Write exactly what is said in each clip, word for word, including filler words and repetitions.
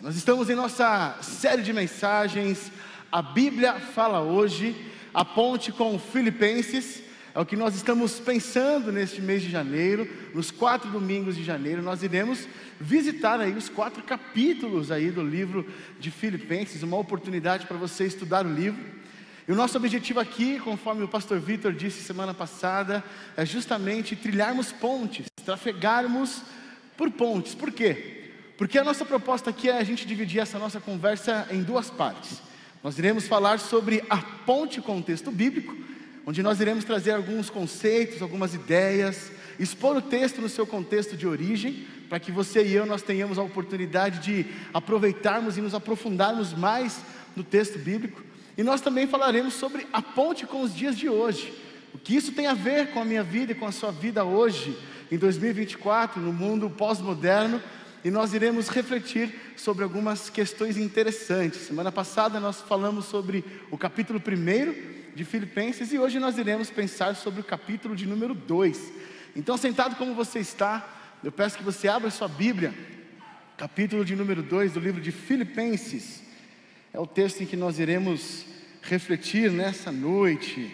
Nós estamos em nossa série de mensagens, a Bíblia fala hoje, a ponte com Filipenses, é o que nós estamos pensando neste mês de janeiro, nos quatro domingos de janeiro, nós iremos visitar aí os quatro capítulos aí do livro de Filipenses, uma oportunidade para você estudar o livro. E o nosso objetivo aqui, conforme o pastor Vitor disse semana passada, é justamente trilharmos pontes, trafegarmos por pontes. Por quê? Porque a nossa proposta aqui é a gente dividir essa nossa conversa em duas partes. Nós iremos falar sobre a ponte com o texto bíblico, onde nós iremos trazer alguns conceitos, algumas ideias, expor o texto no seu contexto de origem, para que você e eu nós tenhamos a oportunidade de aproveitarmos e nos aprofundarmos mais no texto bíblico. E nós também falaremos sobre a ponte com os dias de hoje, o que isso tem a ver com a minha vida e com a sua vida hoje, em dois mil e vinte e quatro, no mundo pós-moderno. E nós iremos refletir sobre algumas questões interessantes. Semana passada nós falamos sobre o capítulo primeiro de Filipenses e hoje nós iremos pensar sobre o capítulo de número dois. Então, sentado como você está, eu peço que você abra sua Bíblia, capítulo de número dois do livro de Filipenses. É o texto em que nós iremos refletir nessa noite.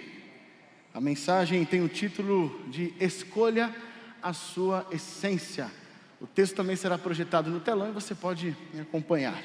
A mensagem tem o título de Escolha a Sua Essência. O texto também será projetado no telão e você pode me acompanhar.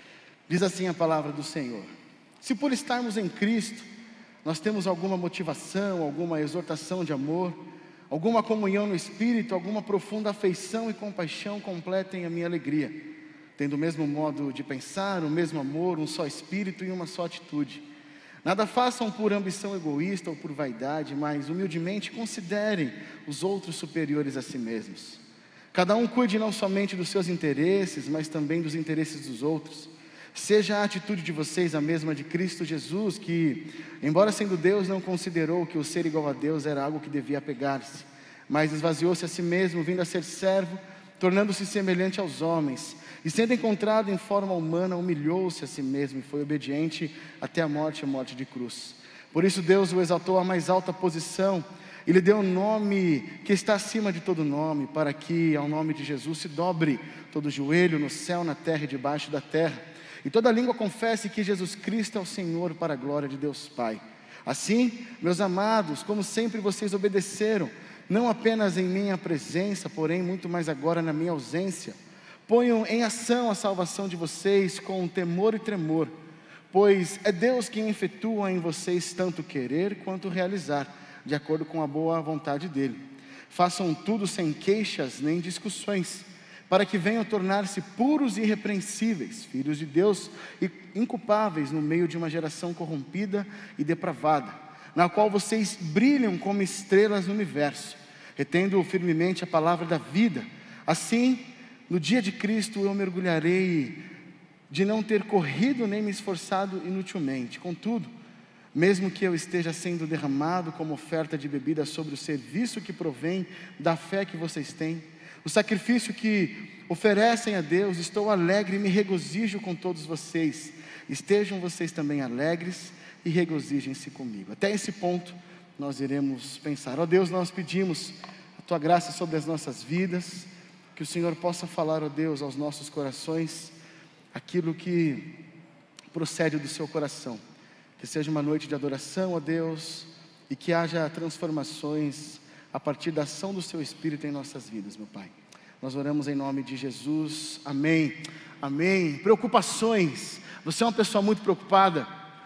Diz assim a palavra do Senhor: se por estarmos em Cristo, nós temos alguma motivação, alguma exortação de amor, alguma comunhão no Espírito, alguma profunda afeição e compaixão, completem a minha alegria, tendo o mesmo modo de pensar, o mesmo amor, um só Espírito e uma só atitude. Nada façam por ambição egoísta ou por vaidade, mas humildemente considerem os outros superiores a si mesmos. Cada um cuide não somente dos seus interesses, mas também dos interesses dos outros. Seja a atitude de vocês a mesma de Cristo Jesus, que, embora sendo Deus, não considerou que o ser igual a Deus era algo que devia apegar-se, mas esvaziou-se a si mesmo, vindo a ser servo, tornando-se semelhante aos homens, e sendo encontrado em forma humana, humilhou-se a si mesmo e foi obediente até a morte, a morte de cruz. Por isso Deus o exaltou à mais alta posição, e lhe deu um nome que está acima de todo nome, para que ao nome de Jesus se dobre todo joelho no céu, na terra e debaixo da terra, e toda língua confesse que Jesus Cristo é o Senhor, para a glória de Deus Pai. Assim, meus amados, como sempre vocês obedeceram, não apenas em minha presença, porém muito mais agora na minha ausência, ponham em ação a salvação de vocês com temor e tremor, pois é Deus quem efetua em vocês tanto querer quanto realizar, de acordo com a boa vontade dele. Façam tudo sem queixas nem discussões, para que venham tornar-se puros e irrepreensíveis, filhos de Deus e inculpáveis no meio de uma geração corrompida e depravada, na qual vocês brilham como estrelas no universo, retendo firmemente a palavra da vida. Assim, no dia de Cristo eu mergulharei de não ter corrido nem me esforçado inutilmente. Contudo, mesmo que eu esteja sendo derramado como oferta de bebida sobre o serviço que provém da fé que vocês têm, o sacrifício que oferecem a Deus, estou alegre e me regozijo com todos vocês. Estejam vocês também alegres e regozijem-se comigo. Até esse ponto nós iremos pensar. Ó Deus, nós pedimos a Tua graça sobre as nossas vidas, que o Senhor possa falar, ó Deus, aos nossos corações, aquilo que procede do Seu coração. Que seja uma noite de adoração a Deus e que haja transformações a partir da ação do Seu Espírito em nossas vidas, meu Pai. Nós oramos em nome de Jesus, amém, amém. Preocupações, você é uma pessoa muito preocupada?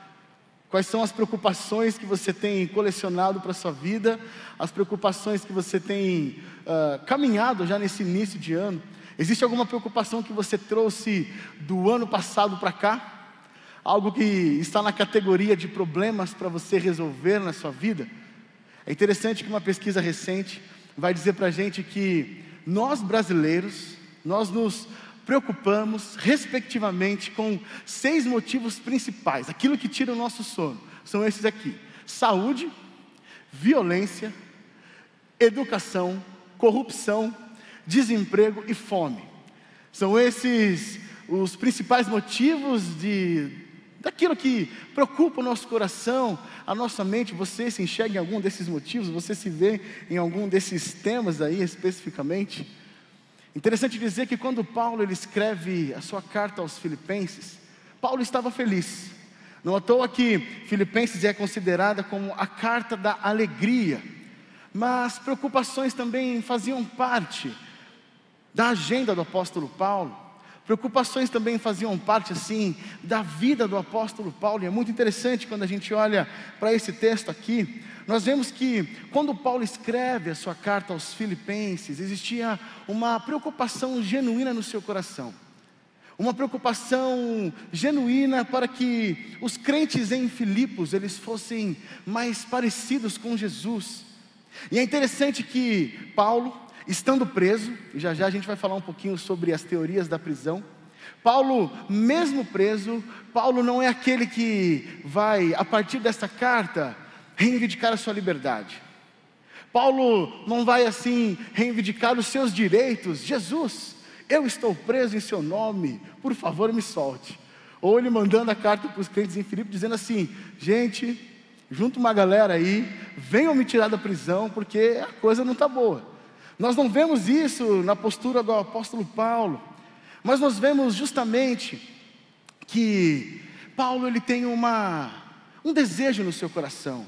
Quais são as preocupações que você tem colecionado para a sua vida? As preocupações que você tem uh, caminhado já nesse início de ano? Existe alguma preocupação que você trouxe do ano passado para cá? Algo que está na categoria de problemas para você resolver na sua vida? É interessante que uma pesquisa recente vai dizer para a gente que nós brasileiros, nós nos preocupamos respectivamente com seis motivos principais. Aquilo que tira o nosso sono são esses aqui: saúde, violência, educação, corrupção, desemprego e fome. São esses os principais motivos de daquilo que preocupa o nosso coração, a nossa mente. Você se enxerga em algum desses motivos? Você se vê em algum desses temas aí especificamente? Interessante dizer que quando Paulo ele escreve a sua carta aos Filipenses, Paulo estava feliz. Não à toa que Filipenses é considerada como a carta da alegria, mas preocupações também faziam parte da agenda do apóstolo Paulo. Preocupações também faziam parte, assim, da vida do apóstolo Paulo. E é muito interessante quando a gente olha para esse texto aqui. Nós vemos que quando Paulo escreve a sua carta aos Filipenses, existia uma preocupação genuína no seu coração. Uma preocupação genuína para que os crentes em Filipos, eles fossem mais parecidos com Jesus. E é interessante que Paulo, estando preso, e já já a gente vai falar um pouquinho sobre as teorias da prisão. Paulo, mesmo preso, Paulo não é aquele que vai, a partir dessa carta, reivindicar a sua liberdade. Paulo não vai assim reivindicar os seus direitos. Jesus, eu estou preso em seu nome, por favor me solte. Ou ele mandando a carta para os crentes em Filipos, dizendo assim: gente, junta uma galera aí, venham me tirar da prisão, porque a coisa não está boa. Nós não vemos isso na postura do apóstolo Paulo, mas nós vemos justamente que Paulo ele tem uma, um desejo no seu coração,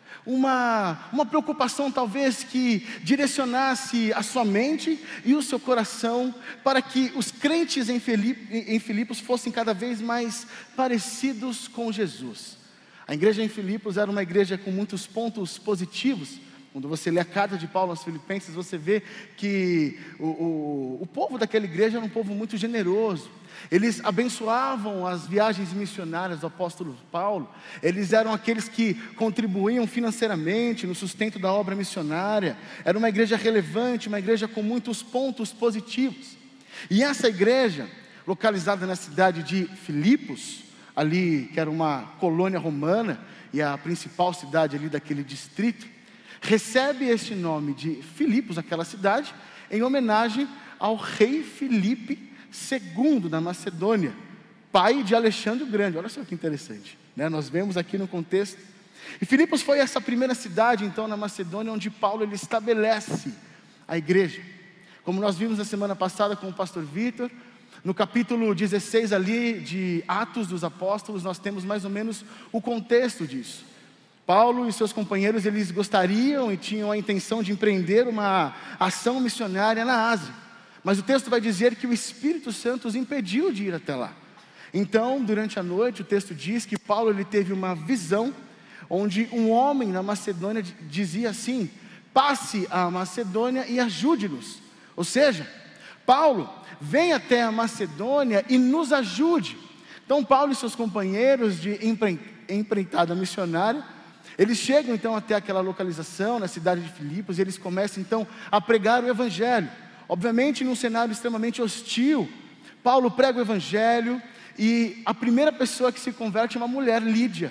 uma, uma preocupação talvez que direcionasse a sua mente e o seu coração para que os crentes em, Filip, em Filipos fossem cada vez mais parecidos com Jesus. A igreja em Filipos era uma igreja com muitos pontos positivos. Quando você lê a carta de Paulo aos Filipenses, você vê que o, o, o povo daquela igreja era um povo muito generoso. Eles abençoavam as viagens missionárias do apóstolo Paulo. Eles eram aqueles que contribuíam financeiramente no sustento da obra missionária. Era uma igreja relevante, uma igreja com muitos pontos positivos. E essa igreja, localizada na cidade de Filipos, ali que era uma colônia romana e a principal cidade ali daquele distrito, recebe este nome de Filipos, aquela cidade, em homenagem ao rei Filipe segundo da Macedônia, pai de Alexandre o Grande. Olha só que interessante, né? Nós vemos aqui no contexto. E Filipos foi essa primeira cidade, então, na Macedônia, onde Paulo ele estabelece a igreja. Como nós vimos na semana passada com o pastor Vitor, no capítulo dezesseis ali de Atos dos Apóstolos, nós temos mais ou menos o contexto disso. Paulo e seus companheiros, eles gostariam e tinham a intenção de empreender uma ação missionária na Ásia. Mas o texto vai dizer que o Espírito Santo os impediu de ir até lá. Então, durante a noite, o texto diz que Paulo ele teve uma visão, onde um homem na Macedônia dizia assim: passe a Macedônia e ajude-nos. Ou seja, Paulo, vem até a Macedônia e nos ajude. Então Paulo e seus companheiros de empreitada missionária, eles chegam então até aquela localização, na cidade de Filipos, e eles começam então a pregar o Evangelho. Obviamente num cenário extremamente hostil. Paulo prega o Evangelho, e a primeira pessoa que se converte é uma mulher, Lídia.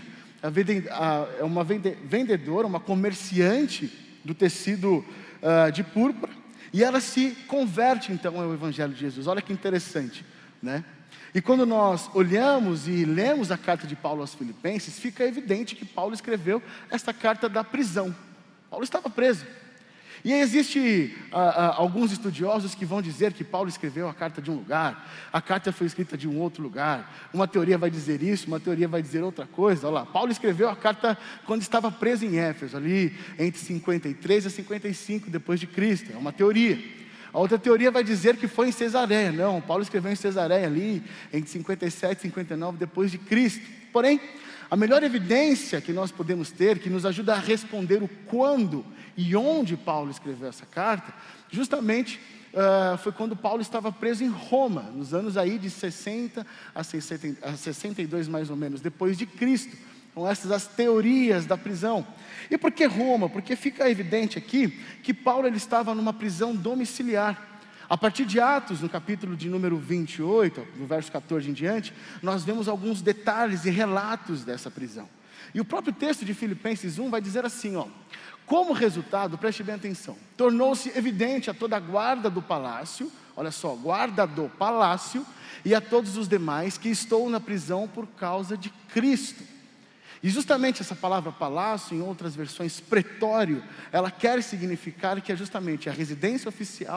É uma vendedora, uma comerciante do tecido uh, de púrpura, e ela se converte então ao Evangelho de Jesus. Olha que interessante, né? E quando nós olhamos e lemos a carta de Paulo aos Filipenses, fica evidente que Paulo escreveu esta carta da prisão. Paulo estava preso. E existe ah, ah, alguns estudiosos que vão dizer que Paulo escreveu a carta de um lugar, a carta foi escrita de um outro lugar. Uma teoria vai dizer isso, uma teoria vai dizer outra coisa. Olha lá, Paulo escreveu a carta quando estava preso em Éfeso, ali entre cinquenta e três a cinquenta e cinco depois de Cristo. É uma teoria. A outra teoria vai dizer que foi em Cesareia. Não, Paulo escreveu em Cesareia ali entre cinquenta e sete e cinquenta e nove depois de Cristo. Porém, a melhor evidência que nós podemos ter, que nos ajuda a responder o quando e onde Paulo escreveu essa carta, justamente uh, foi quando Paulo estava preso em Roma, nos anos aí de sessenta a sessenta e dois mais ou menos, depois de Cristo. São essas as teorias da prisão. E por que Roma? Porque fica evidente aqui que Paulo ele estava numa prisão domiciliar. A partir de Atos, no capítulo de número vinte e oito, no verso quatorze em diante, nós vemos alguns detalhes e relatos dessa prisão. E o próprio texto de Filipenses um vai dizer assim, ó: como resultado, preste bem atenção, tornou-se evidente a toda a guarda do palácio, olha só, guarda do palácio, e a todos os demais que estou na prisão por causa de Cristo. E justamente essa palavra palácio, em outras versões pretório, ela quer significar que é justamente a residência oficial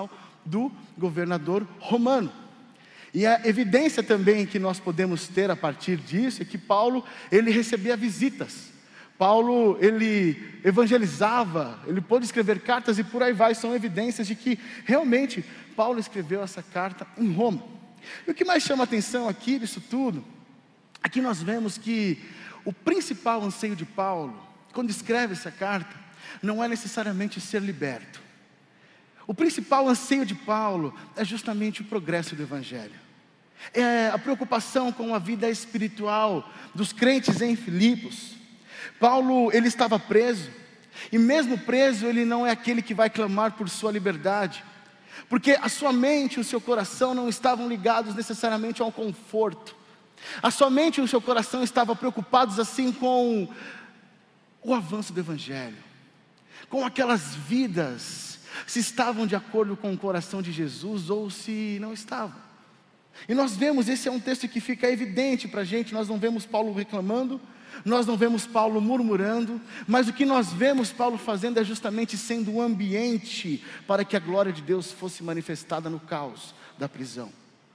do governador romano. E a evidência também que nós podemos ter a partir disso é que Paulo, ele recebia visitas. Paulo, ele evangelizava, ele pôde escrever cartas e por aí vai, são evidências de que realmente Paulo escreveu essa carta em Roma. E o que mais chama a atenção aqui disso tudo, aqui nós vemos que o principal anseio de Paulo, quando escreve essa carta, não é necessariamente ser liberto. O principal anseio de Paulo é justamente o progresso do Evangelho. É a preocupação com a vida espiritual dos crentes em Filipos. Paulo, ele estava preso, e mesmo preso, ele não é aquele que vai clamar por sua liberdade, porque a sua mente e o seu coração não estavam ligados necessariamente ao conforto. A sua mente e o seu coração estavam preocupados assim com o avanço do Evangelho, com aquelas vidas, se estavam de acordo com o coração de Jesus ou se não estavam. E nós vemos, esse é um texto que fica evidente para a gente, nós não vemos Paulo reclamando, nós não vemos Paulo murmurando, mas o que nós vemos Paulo fazendo é justamente sendo um ambiente para que a glória de Deus fosse manifestada no caos da prisão.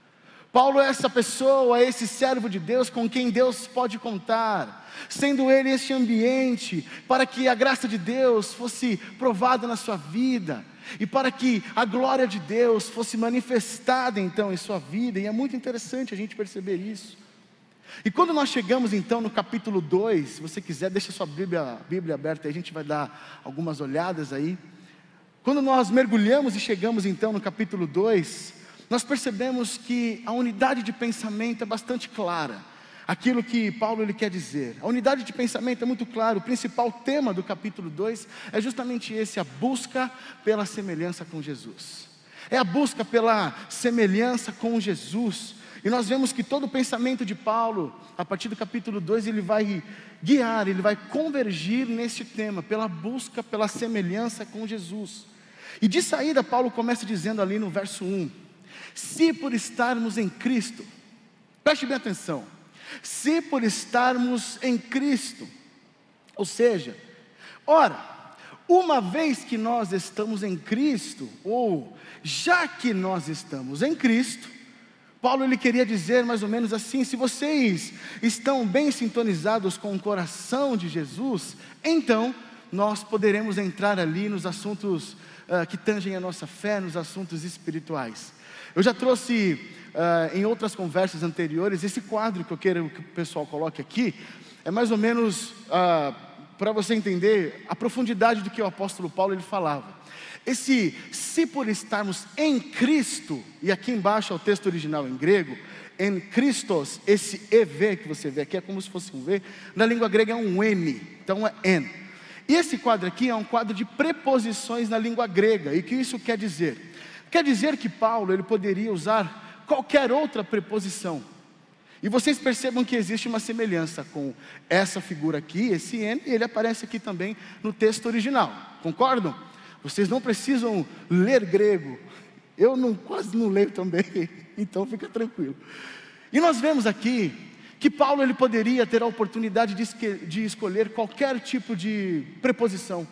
Paulo é essa pessoa, é esse servo de Deus com quem Deus pode contar, sendo ele este ambiente para que a graça de Deus fosse provada na sua vida, e para que a glória de Deus fosse manifestada então em sua vida, e é muito interessante a gente perceber isso. E quando nós chegamos então no capítulo dois, se você quiser, deixa sua Bíblia, Bíblia aberta, aí a gente vai dar algumas olhadas aí. Quando nós mergulhamos e chegamos então no capítulo dois, nós percebemos que a unidade de pensamento é bastante clara. Aquilo que Paulo ele quer dizer, a unidade de pensamento é muito clara. O principal tema do capítulo dois é justamente esse, a busca pela semelhança com Jesus. É a busca pela semelhança com Jesus. E nós vemos que todo o pensamento de Paulo, a partir do capítulo dois, ele vai guiar, ele vai convergir neste tema, pela busca pela semelhança com Jesus. E de saída Paulo começa dizendo ali no verso um, se por estarmos em Cristo, preste bem atenção, se por estarmos em Cristo, ou seja, ora, uma vez que nós estamos em Cristo, ou já que nós estamos em Cristo, Paulo ele queria dizer mais ou menos assim, se vocês estão bem sintonizados com o coração de Jesus, então nós poderemos entrar ali nos assuntos uh, que tangem a nossa fé, nos assuntos espirituais. Eu já trouxe uh, em outras conversas anteriores, esse quadro que eu quero que o pessoal coloque aqui, é mais ou menos uh, para você entender a profundidade do que o apóstolo Paulo ele falava. Esse, se por estarmos em Cristo, e aqui embaixo é o texto original em grego, em Christos, esse E V que você vê aqui é como se fosse um V, na língua grega é um N, então é en. E esse quadro aqui é um quadro de preposições na língua grega, e o que isso quer dizer? Quer dizer que Paulo ele poderia usar qualquer outra preposição. E vocês percebam que existe uma semelhança com essa figura aqui, esse N, e ele aparece aqui também no texto original. Concordam? Vocês não precisam ler grego. Eu não, quase não leio também, então fica tranquilo. E nós vemos aqui que Paulo ele poderia ter a oportunidade de, esque, de escolher qualquer tipo de preposição.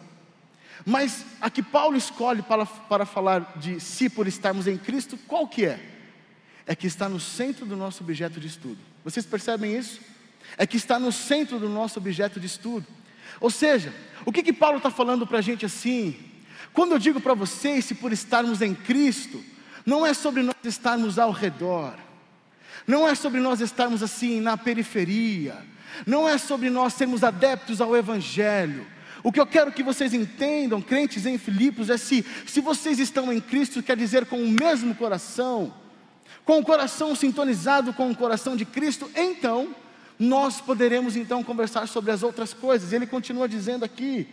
Mas a que Paulo escolhe para, para falar de si por estarmos em Cristo, qual que é? É que está no centro do nosso objeto de estudo. Vocês percebem isso? É que está no centro do nosso objeto de estudo. Ou seja, o que que Paulo está falando para a gente assim? Quando eu digo para vocês, se por estarmos em Cristo, não é sobre nós estarmos ao redor, não é sobre nós estarmos assim na periferia, não é sobre nós sermos adeptos ao Evangelho. O que eu quero que vocês entendam, crentes em Filipos, é se, se vocês estão em Cristo, quer dizer com o mesmo coração, com o coração sintonizado com o coração de Cristo, então, nós poderemos então conversar sobre as outras coisas. Ele continua dizendo aqui,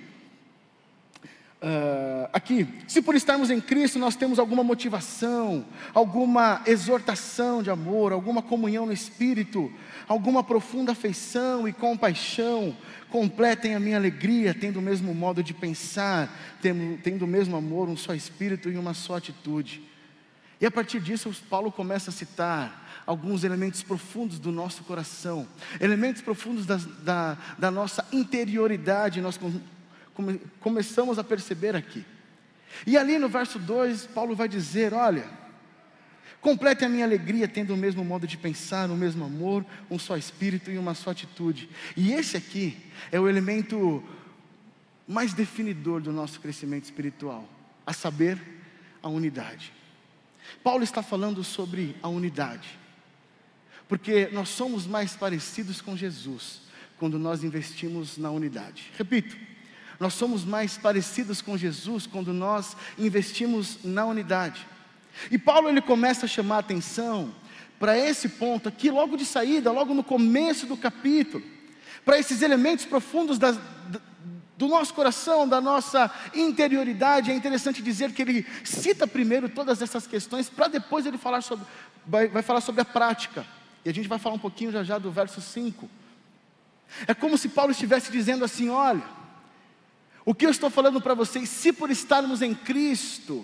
uh, aqui, se por estarmos em Cristo nós temos alguma motivação, alguma exortação de amor, alguma comunhão no Espírito, alguma profunda afeição e compaixão, completem a minha alegria, tendo o mesmo modo de pensar, tendo, tendo o mesmo amor, um só Espírito e uma só atitude. E a partir disso, Paulo começa a citar alguns elementos profundos do nosso coração, elementos profundos da, da, da nossa interioridade, nós come, começamos a perceber aqui. E ali no verso dois, Paulo vai dizer: olha, complete a minha alegria tendo o mesmo modo de pensar, o mesmo amor, um só espírito e uma só atitude. E esse aqui é o elemento mais definidor do nosso crescimento espiritual, a saber, a unidade. Paulo está falando sobre a unidade, porque nós somos mais parecidos com Jesus quando nós investimos na unidade. Repito, nós somos mais parecidos com Jesus quando nós investimos na unidade. E Paulo ele começa a chamar a atenção para esse ponto aqui, logo de saída, logo no começo do capítulo, para esses elementos profundos das, do nosso coração, da nossa interioridade. É interessante dizer que ele cita primeiro todas essas questões, para depois ele falar sobre, vai, vai falar sobre a prática. E a gente vai falar um pouquinho já já do verso cinco. É como se Paulo estivesse dizendo assim: olha, o que eu estou falando para vocês, se por estarmos em Cristo,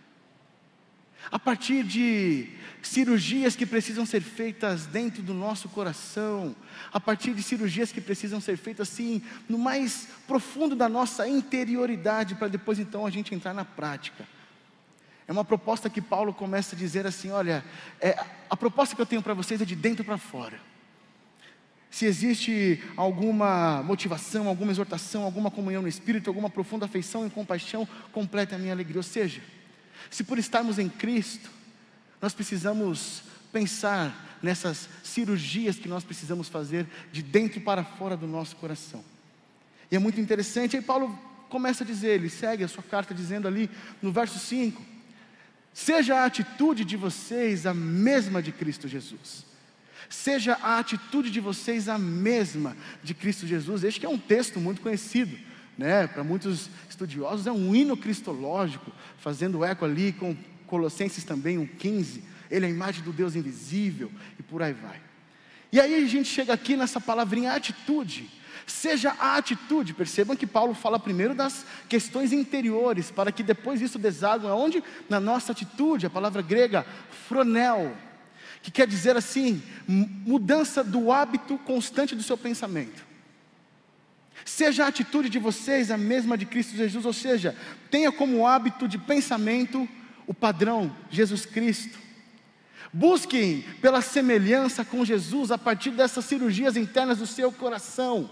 a partir de cirurgias que precisam ser feitas dentro do nosso coração, a partir de cirurgias que precisam ser feitas assim, no mais profundo da nossa interioridade, para depois então a gente entrar na prática. É uma proposta que Paulo começa a dizer assim: olha, é, a proposta que eu tenho para vocês é de dentro para fora. Se existe alguma motivação, alguma exortação, alguma comunhão no Espírito, alguma profunda afeição e compaixão, complete a minha alegria. Ou seja, se por estarmos em Cristo, nós precisamos pensar nessas cirurgias que nós precisamos fazer de dentro para fora do nosso coração. E é muito interessante, aí Paulo começa a dizer, ele segue a sua carta dizendo ali no verso cinco: seja a atitude de vocês a mesma de Cristo Jesus. Seja a atitude de vocês a mesma de Cristo Jesus. Este que é um texto muito conhecido, né? Para muitos estudiosos é um hino cristológico, fazendo eco ali com Colossenses também, um quinze, ele é a imagem do Deus invisível, e por aí vai. E aí a gente chega aqui nessa palavrinha atitude. Seja a atitude, percebam que Paulo fala primeiro das questões interiores, para que depois isso desague aonde? Na nossa atitude, a palavra grega phronel, que quer dizer assim, mudança do hábito constante do seu pensamento. Seja a atitude de vocês a mesma de Cristo Jesus, ou seja, tenha como hábito de pensamento o padrão Jesus Cristo. Busquem pela semelhança com Jesus a partir dessas cirurgias internas do seu coração.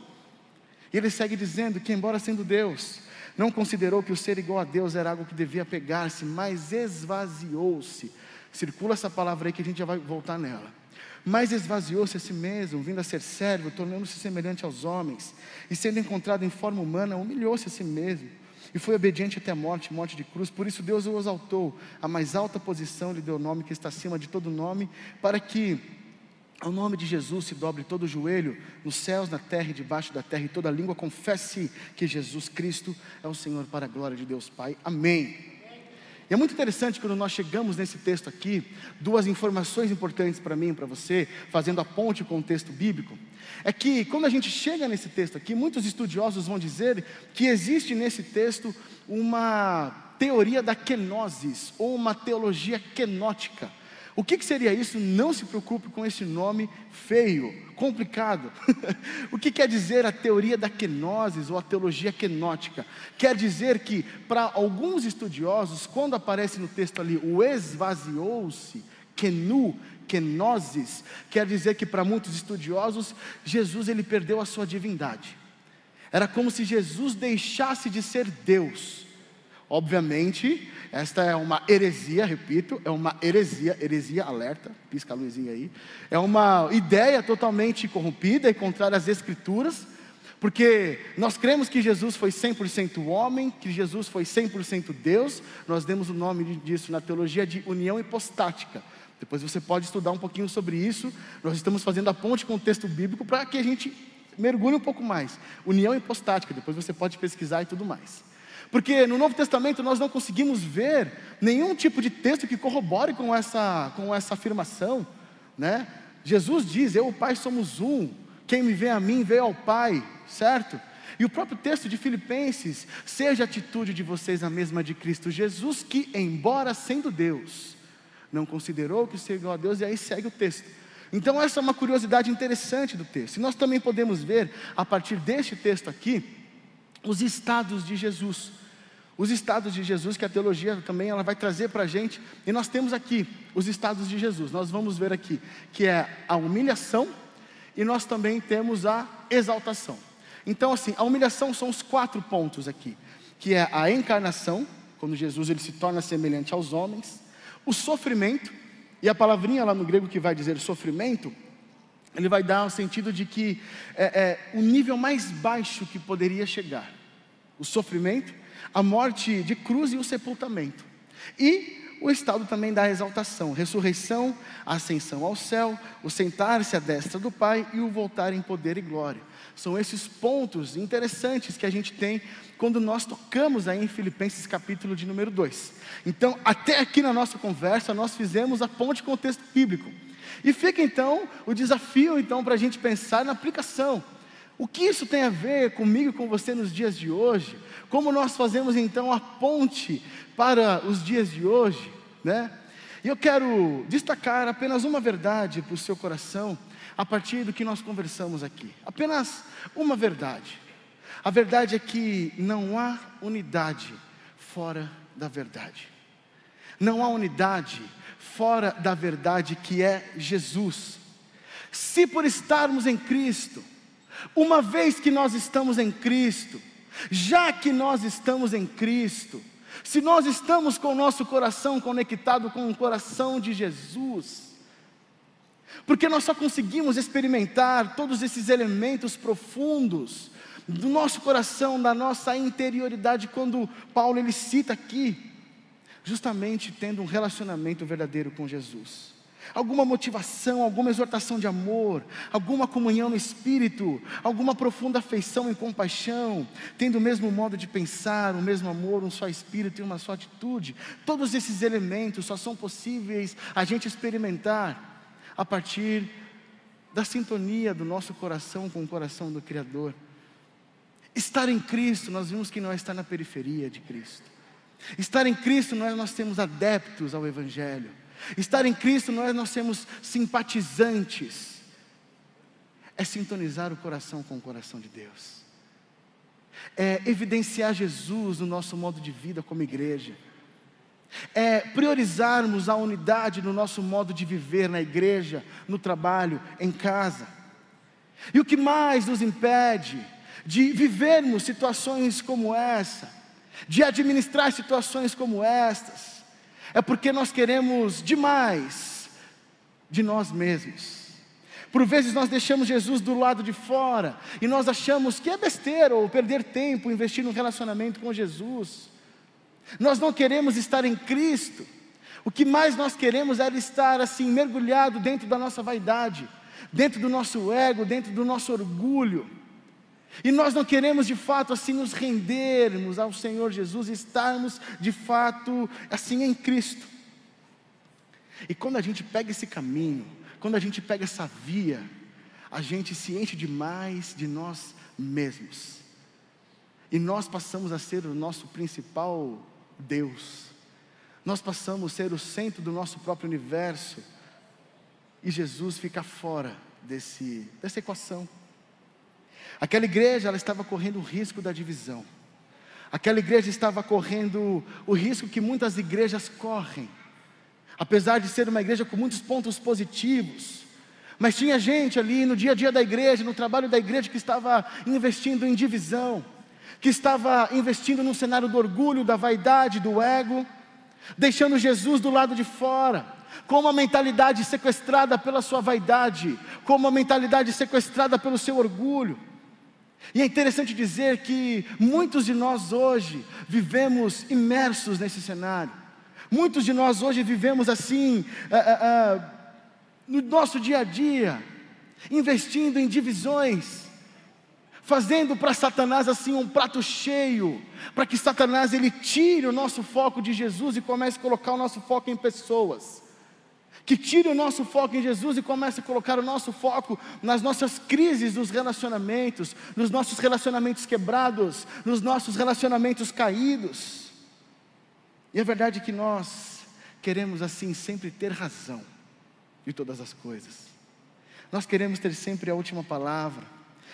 E ele segue dizendo que, embora sendo Deus, não considerou que o ser igual a Deus era algo que devia pegar-se, mas esvaziou-se. Circula essa palavra aí que a gente já vai voltar nela. Mas esvaziou-se a si mesmo, vindo a ser servo, tornando-se semelhante aos homens, e sendo encontrado em forma humana, humilhou-se a si mesmo, e foi obediente até a morte, morte de cruz. Por isso Deus o exaltou, a mais alta posição lhe deu o nome que está acima de todo nome, para que ao nome de Jesus se dobre todo o joelho, nos céus, na terra e debaixo da terra, e toda língua confesse que Jesus Cristo é o Senhor, para a glória de Deus Pai. Amém. E é muito interessante quando nós chegamos nesse texto aqui, duas informações importantes para mim e para você, fazendo a ponte com o texto bíblico, é que quando a gente chega nesse texto aqui, muitos estudiosos vão dizer que existe nesse texto uma teoria da kenosis, ou uma teologia kenótica. O que, que seria isso? Não se preocupe com esse nome feio, complicado. O que quer dizer a teoria da kenosis ou a teologia kenótica? Quer dizer que, para alguns estudiosos, quando aparece no texto ali o esvaziou-se, kenu, kenosis, quer dizer que para muitos estudiosos, Jesus ele perdeu a sua divindade. Era como se Jesus deixasse de ser Deus. Obviamente, esta é uma heresia, repito, é uma heresia, heresia, alerta, pisca a luzinha aí. É uma ideia totalmente corrompida e contrária às Escrituras, porque nós cremos que Jesus foi cem por cento homem, que Jesus foi cem por cento Deus. Nós demos o nome disso na teologia de união hipostática. Depois você pode estudar um pouquinho sobre isso. Nós estamos fazendo a ponte com o texto bíblico para que a gente mergulhe um pouco mais. União hipostática, depois você pode pesquisar e tudo mais. Porque no Novo Testamento nós não conseguimos ver nenhum tipo de texto que corrobore com essa, com essa afirmação, né? Jesus diz, eu e o Pai somos um, quem me vê a mim vê ao Pai, certo? E o próprio texto de Filipenses, seja a atitude de vocês a mesma de Cristo Jesus, que embora sendo Deus, não considerou que ser igual a Deus, e aí segue o texto. Então essa é uma curiosidade interessante do texto. E nós também podemos ver, a partir deste texto aqui, os estados de Jesus. os estados de Jesus, que a teologia também ela vai trazer para a gente. E nós temos aqui os estados de Jesus, nós vamos ver aqui, que é a humilhação, e nós também temos a exaltação. Então assim, a humilhação são os quatro pontos aqui, que é a encarnação, quando Jesus ele se torna semelhante aos homens, o sofrimento, e a palavrinha lá no grego que vai dizer sofrimento, ele vai dar o sentido de que é, é o nível mais baixo que poderia chegar, o sofrimento, a morte de cruz e o sepultamento, e o estado também da exaltação, ressurreição, a ascensão ao céu, o sentar-se à destra do Pai e o voltar em poder e glória. São esses pontos interessantes que a gente tem quando nós tocamos aí em Filipenses capítulo de número dois. Então, até aqui na nossa conversa, nós fizemos a ponte com o texto bíblico. E fica então o desafio então para a gente pensar na aplicação. O que isso tem a ver comigo e com você nos dias de hoje? Como nós fazemos então a ponte para os dias de hoje, né? E eu quero destacar apenas uma verdade para o seu coração, a partir do que nós conversamos aqui. Apenas uma verdade. A verdade é que não há unidade fora da verdade. Não há unidade fora da verdade que é Jesus. Se por estarmos em Cristo, uma vez que nós estamos em Cristo, já que nós estamos em Cristo, se nós estamos com o nosso coração conectado com o coração de Jesus, porque nós só conseguimos experimentar todos esses elementos profundos do nosso coração, da nossa interioridade, quando Paulo ele cita aqui, justamente tendo um relacionamento verdadeiro com Jesus. Alguma motivação, alguma exortação de amor, alguma comunhão no Espírito, alguma profunda afeição e compaixão, tendo o mesmo modo de pensar, o mesmo amor, um só Espírito e uma só atitude. Todos esses elementos só são possíveis a gente experimentar a partir da sintonia do nosso coração com o coração do Criador. Estar em Cristo, nós vimos que não é estar na periferia de Cristo. Estar em Cristo não é nós sermos adeptos ao Evangelho. Estar em Cristo não é nós sermos simpatizantes. É sintonizar o coração com o coração de Deus. É evidenciar Jesus no nosso modo de vida como igreja. É priorizarmos a unidade no nosso modo de viver na igreja, no trabalho, em casa. E o que mais nos impede de vivermos situações como essa, de administrar situações como estas, é porque nós queremos demais de nós mesmos. Por vezes nós deixamos Jesus do lado de fora, e nós achamos que é besteira, ou perder tempo, investir num relacionamento com Jesus. Nós não queremos estar em Cristo. O que mais nós queremos é estar assim, mergulhado dentro da nossa vaidade, dentro do nosso ego, dentro do nosso orgulho. E nós não queremos de fato assim nos rendermos ao Senhor Jesus, estarmos de fato assim em Cristo. E quando a gente pega esse caminho, quando a gente pega essa via, a gente se enche demais de nós mesmos. E nós passamos a ser o nosso principal Deus. Nós passamos a ser o centro do nosso próprio universo. E Jesus fica fora desse, dessa equação. Aquela igreja, ela estava correndo o risco da divisão. Aquela igreja estava correndo o risco que muitas igrejas correm. Apesar de ser uma igreja com muitos pontos positivos, mas tinha gente ali no dia a dia da igreja, no trabalho da igreja, que estava investindo em divisão, que estava investindo num cenário do orgulho, da vaidade, do ego, deixando Jesus do lado de fora, com uma mentalidade sequestrada pela sua vaidade, com uma mentalidade sequestrada pelo seu orgulho. E é interessante dizer que muitos de nós hoje vivemos imersos nesse cenário. Muitos de nós hoje vivemos assim, ah, ah, ah, no nosso dia a dia, investindo em divisões, fazendo para Satanás assim um prato cheio, para que Satanás ele tire o nosso foco de Jesus e comece a colocar o nosso foco em pessoas. Que tire o nosso foco em Jesus e comece a colocar o nosso foco nas nossas crises dos relacionamentos, nos nossos relacionamentos quebrados, nos nossos relacionamentos caídos. E a verdade é que nós queremos assim sempre ter razão de todas as coisas. Nós queremos ter sempre a última palavra.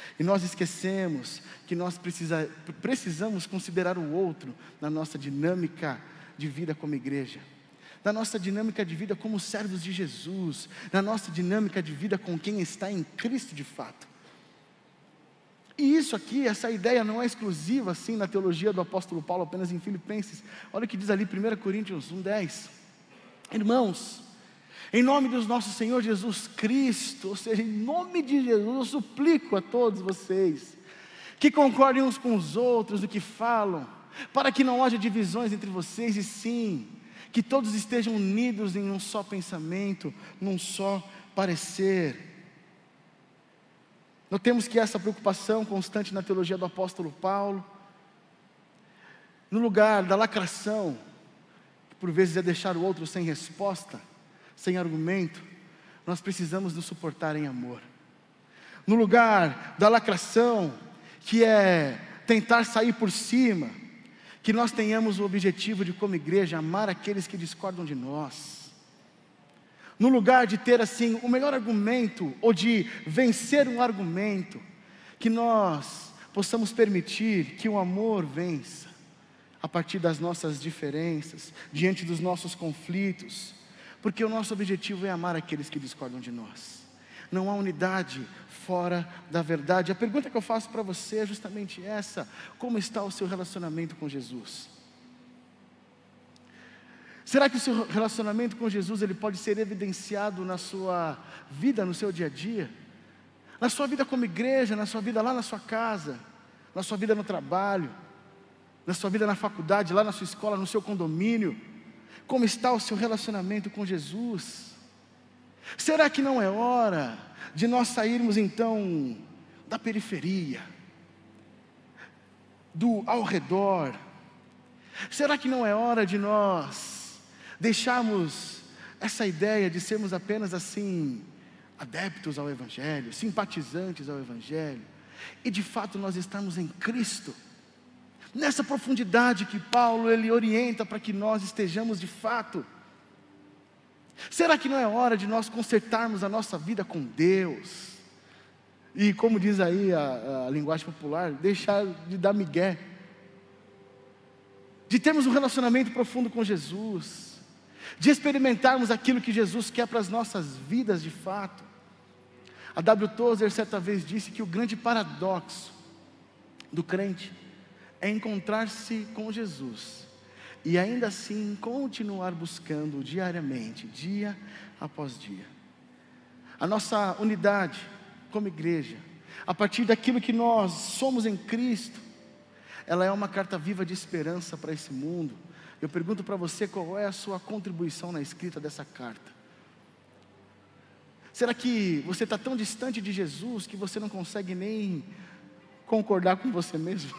E nós esquecemos que nós precisa, precisamos considerar o outro na nossa dinâmica de vida como igreja, na nossa dinâmica de vida como servos de Jesus, na nossa dinâmica de vida com quem está em Cristo de fato. E isso aqui, essa ideia não é exclusiva assim na teologia do apóstolo Paulo, apenas em Filipenses. Olha o que diz ali primeira Coríntios um, dez. Irmãos, em nome do nosso Senhor Jesus Cristo, ou seja, em nome de Jesus, eu suplico a todos vocês, que concordem uns com os outros no que falam, para que não haja divisões entre vocês, e sim, que todos estejam unidos em um só pensamento, num só parecer. Notemos que essa preocupação constante na teologia do apóstolo Paulo, no lugar da lacração, que por vezes é deixar o outro sem resposta, sem argumento, nós precisamos nos suportar em amor. No lugar da lacração, que é tentar sair por cima, que nós tenhamos o objetivo de, como igreja, amar aqueles que discordam de nós. No lugar de ter assim o melhor argumento, ou de vencer um argumento, que nós possamos permitir que o amor vença, a partir das nossas diferenças, diante dos nossos conflitos, porque o nosso objetivo é amar aqueles que discordam de nós. Não há unidade fora da verdade. A pergunta que eu faço para você é justamente essa: como está o seu relacionamento com Jesus? Será que o seu relacionamento com Jesus ele pode ser evidenciado na sua vida, no seu dia a dia? Na sua vida como igreja, na sua vida lá na sua casa, na sua vida no trabalho, na sua vida na faculdade, lá na sua escola, no seu condomínio? Como está o seu relacionamento com Jesus? Será que não é hora de nós sairmos então da periferia, do ao redor? Será que não é hora de nós deixarmos essa ideia de sermos apenas assim, adeptos ao Evangelho, simpatizantes ao Evangelho, e de fato nós estamos em Cristo, nessa profundidade que Paulo ele orienta para que nós estejamos de fato? Será que não é hora de nós consertarmos a nossa vida com Deus? E como diz aí a, a linguagem popular, deixar de dar migué, de termos um relacionamento profundo com Jesus, de experimentarmos aquilo que Jesus quer para as nossas vidas de fato. A W. Tozer certa vez disse que o grande paradoxo do crente é encontrar-se com Jesus e ainda assim continuar buscando diariamente, dia após dia. A nossa unidade como igreja, a partir daquilo que nós somos em Cristo, ela é uma carta viva de esperança para esse mundo. Eu pergunto para você, qual é a sua contribuição na escrita dessa carta? Será que você está tão distante de Jesus que você não consegue nem concordar com você mesmo?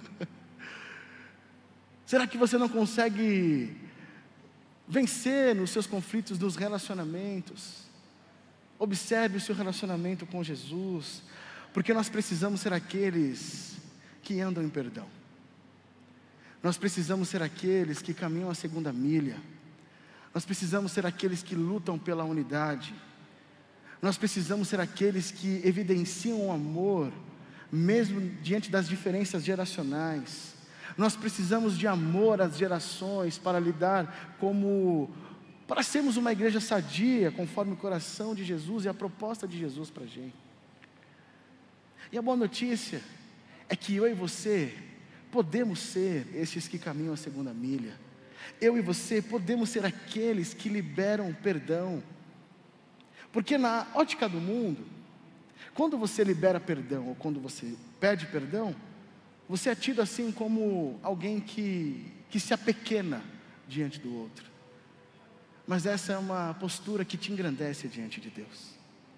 Será que você não consegue vencer nos seus conflitos, nos relacionamentos? Observe o seu relacionamento com Jesus, porque nós precisamos ser aqueles que andam em perdão. Nós precisamos ser aqueles que caminham a segunda milha. Nós precisamos ser aqueles que lutam pela unidade. Nós precisamos ser aqueles que evidenciam o amor, mesmo diante das diferenças geracionais. Nós precisamos de amor às gerações para lidar como, para sermos uma igreja sadia, conforme o coração de Jesus e a proposta de Jesus para a gente. E a boa notícia é que eu e você podemos ser esses que caminham a segunda milha. Eu e você podemos ser aqueles que liberam perdão. Porque na ótica do mundo, quando você libera perdão ou quando você pede perdão, você é tido assim como alguém que, que se apequena diante do outro. Mas essa é uma postura que te engrandece diante de Deus.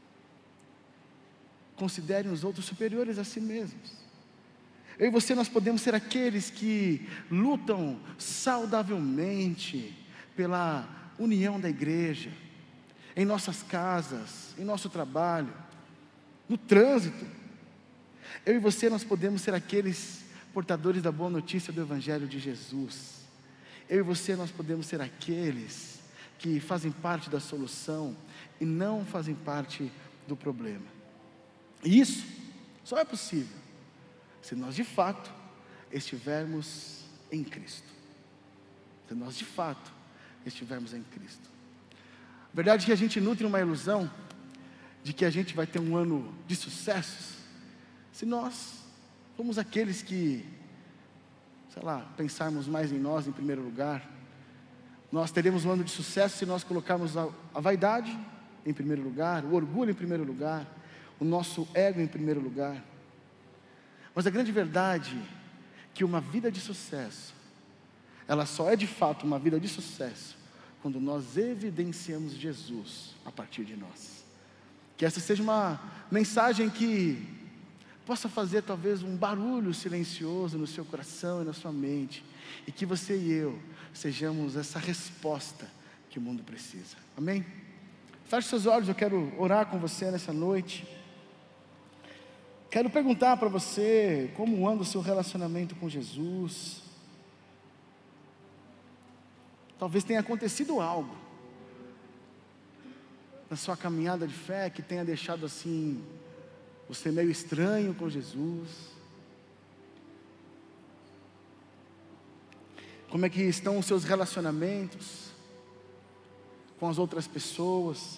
Considere os outros superiores a si mesmos. Eu e você, nós podemos ser aqueles que lutam saudavelmente pela união da igreja, em nossas casas, em nosso trabalho, no trânsito. Eu e você, nós podemos ser aqueles portadores da boa notícia do Evangelho de Jesus. Eu e você, nós podemos ser aqueles que fazem parte da solução e não fazem parte do problema. E isso Só é possível se nós de fato estivermos em Cristo. Se nós de fato estivermos em Cristo. A verdade é que a gente nutre uma ilusão de que a gente vai ter um ano de sucessos se nós formos aqueles que, sei lá, pensarmos mais em nós em primeiro lugar. Nós teremos um ano de sucesso se nós colocarmos a, a vaidade em primeiro lugar, o orgulho em primeiro lugar, o nosso ego em primeiro lugar. Mas a grande verdade é que uma vida de sucesso, ela só é de fato uma vida de sucesso quando nós evidenciamos Jesus a partir de nós. Que essa seja uma mensagem que possa fazer talvez um barulho silencioso no seu coração e na sua mente, e que você e eu sejamos essa resposta que o mundo precisa. Amém? Feche seus olhos, eu quero orar com você nessa noite. Quero perguntar para você como anda o seu relacionamento com Jesus. Talvez tenha acontecido algo na sua caminhada de fé que tenha deixado assim você meio estranho com Jesus. Como é que estão os seus relacionamentos com as outras pessoas?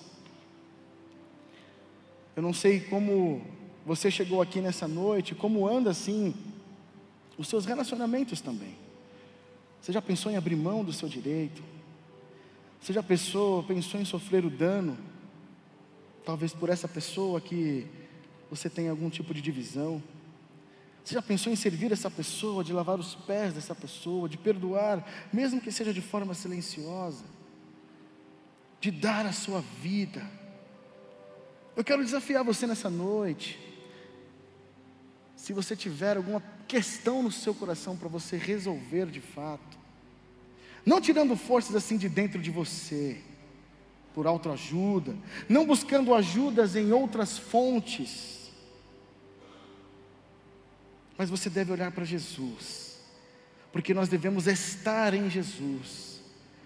Eu não sei como você chegou aqui nessa noite, como anda assim os seus relacionamentos também. Você já pensou em abrir mão do seu direito? Você já pensou, pensou em sofrer o dano, talvez por essa pessoa que você tem algum tipo de divisão? Você já pensou em servir essa pessoa, de lavar os pés dessa pessoa, de perdoar, mesmo que seja de forma silenciosa, de dar a sua vida? Eu quero desafiar você nessa noite. Se você tiver alguma questão no seu coração para você resolver de fato, não tirando forças assim de dentro de você, por autoajuda, não buscando ajudas em outras fontes, mas você deve olhar para Jesus, porque nós devemos estar em Jesus.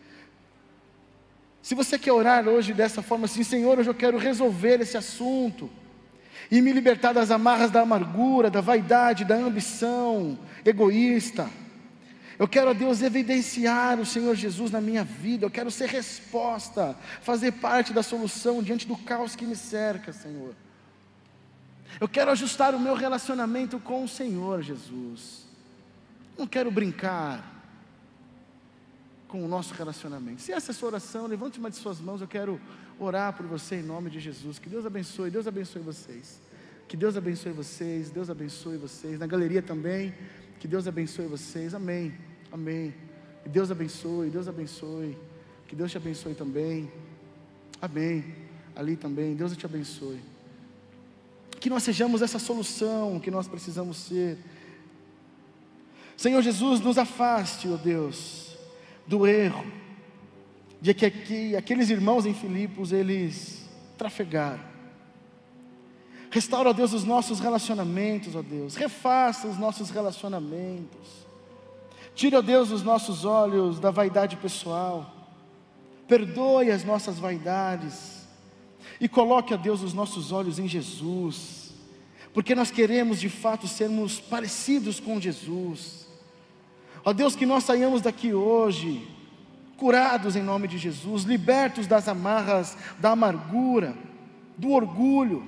Se você quer orar hoje dessa forma assim: Senhor, hoje eu quero resolver esse assunto e me libertar das amarras da amargura, da vaidade, da ambição egoísta. Eu quero, a Deus, evidenciar o Senhor Jesus na minha vida. Eu quero ser resposta, fazer parte da solução diante do caos que me cerca, Senhor. Eu quero ajustar o meu relacionamento com o Senhor Jesus. Não quero brincar com o nosso relacionamento. Se essa é a sua oração, levante uma de suas mãos. Eu quero orar por você em nome de Jesus. Que Deus abençoe, Deus abençoe vocês. Que Deus abençoe vocês, Deus abençoe vocês. Na galeria também, que Deus abençoe vocês. Amém, amém. Que Deus abençoe, Deus abençoe. Que Deus te abençoe também. Amém. Ali também, Deus te abençoe. Que nós sejamos essa solução que nós precisamos ser. Senhor Jesus, nos afaste, ó Deus, do erro de que, que aqueles irmãos em Filipos, eles trafegaram. Restaura, ó Deus, os nossos relacionamentos, ó Deus. Refaça os nossos relacionamentos. Tira, ó Deus, os nossos olhos da vaidade pessoal. Perdoe as nossas vaidades. E coloque, ó Deus, os nossos olhos em Jesus. Porque nós queremos de fato sermos parecidos com Jesus. Ó Deus, que nós saiamos daqui hoje curados em nome de Jesus, libertos das amarras da amargura, do orgulho.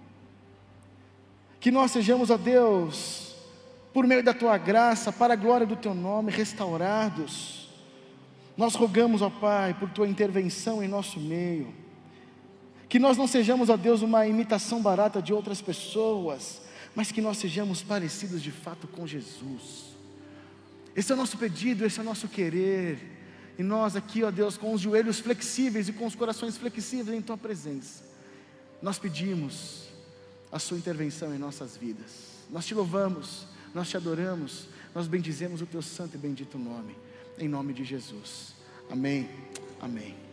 Que nós sejamos, ó Deus, por meio da Tua graça, para a glória do Teu nome, restaurados. Nós rogamos, ó Pai, por Tua intervenção em nosso meio. Que nós não sejamos, ó Deus, uma imitação barata de outras pessoas, mas que nós sejamos parecidos de fato com Jesus. Esse é o nosso pedido, esse é o nosso querer. E nós aqui, ó Deus, com os joelhos flexíveis e com os corações flexíveis em Tua presença, nós pedimos a Sua intervenção em nossas vidas. Nós Te louvamos, nós Te adoramos, nós bendizemos o Teu santo e bendito nome, em nome de Jesus. Amém, amém.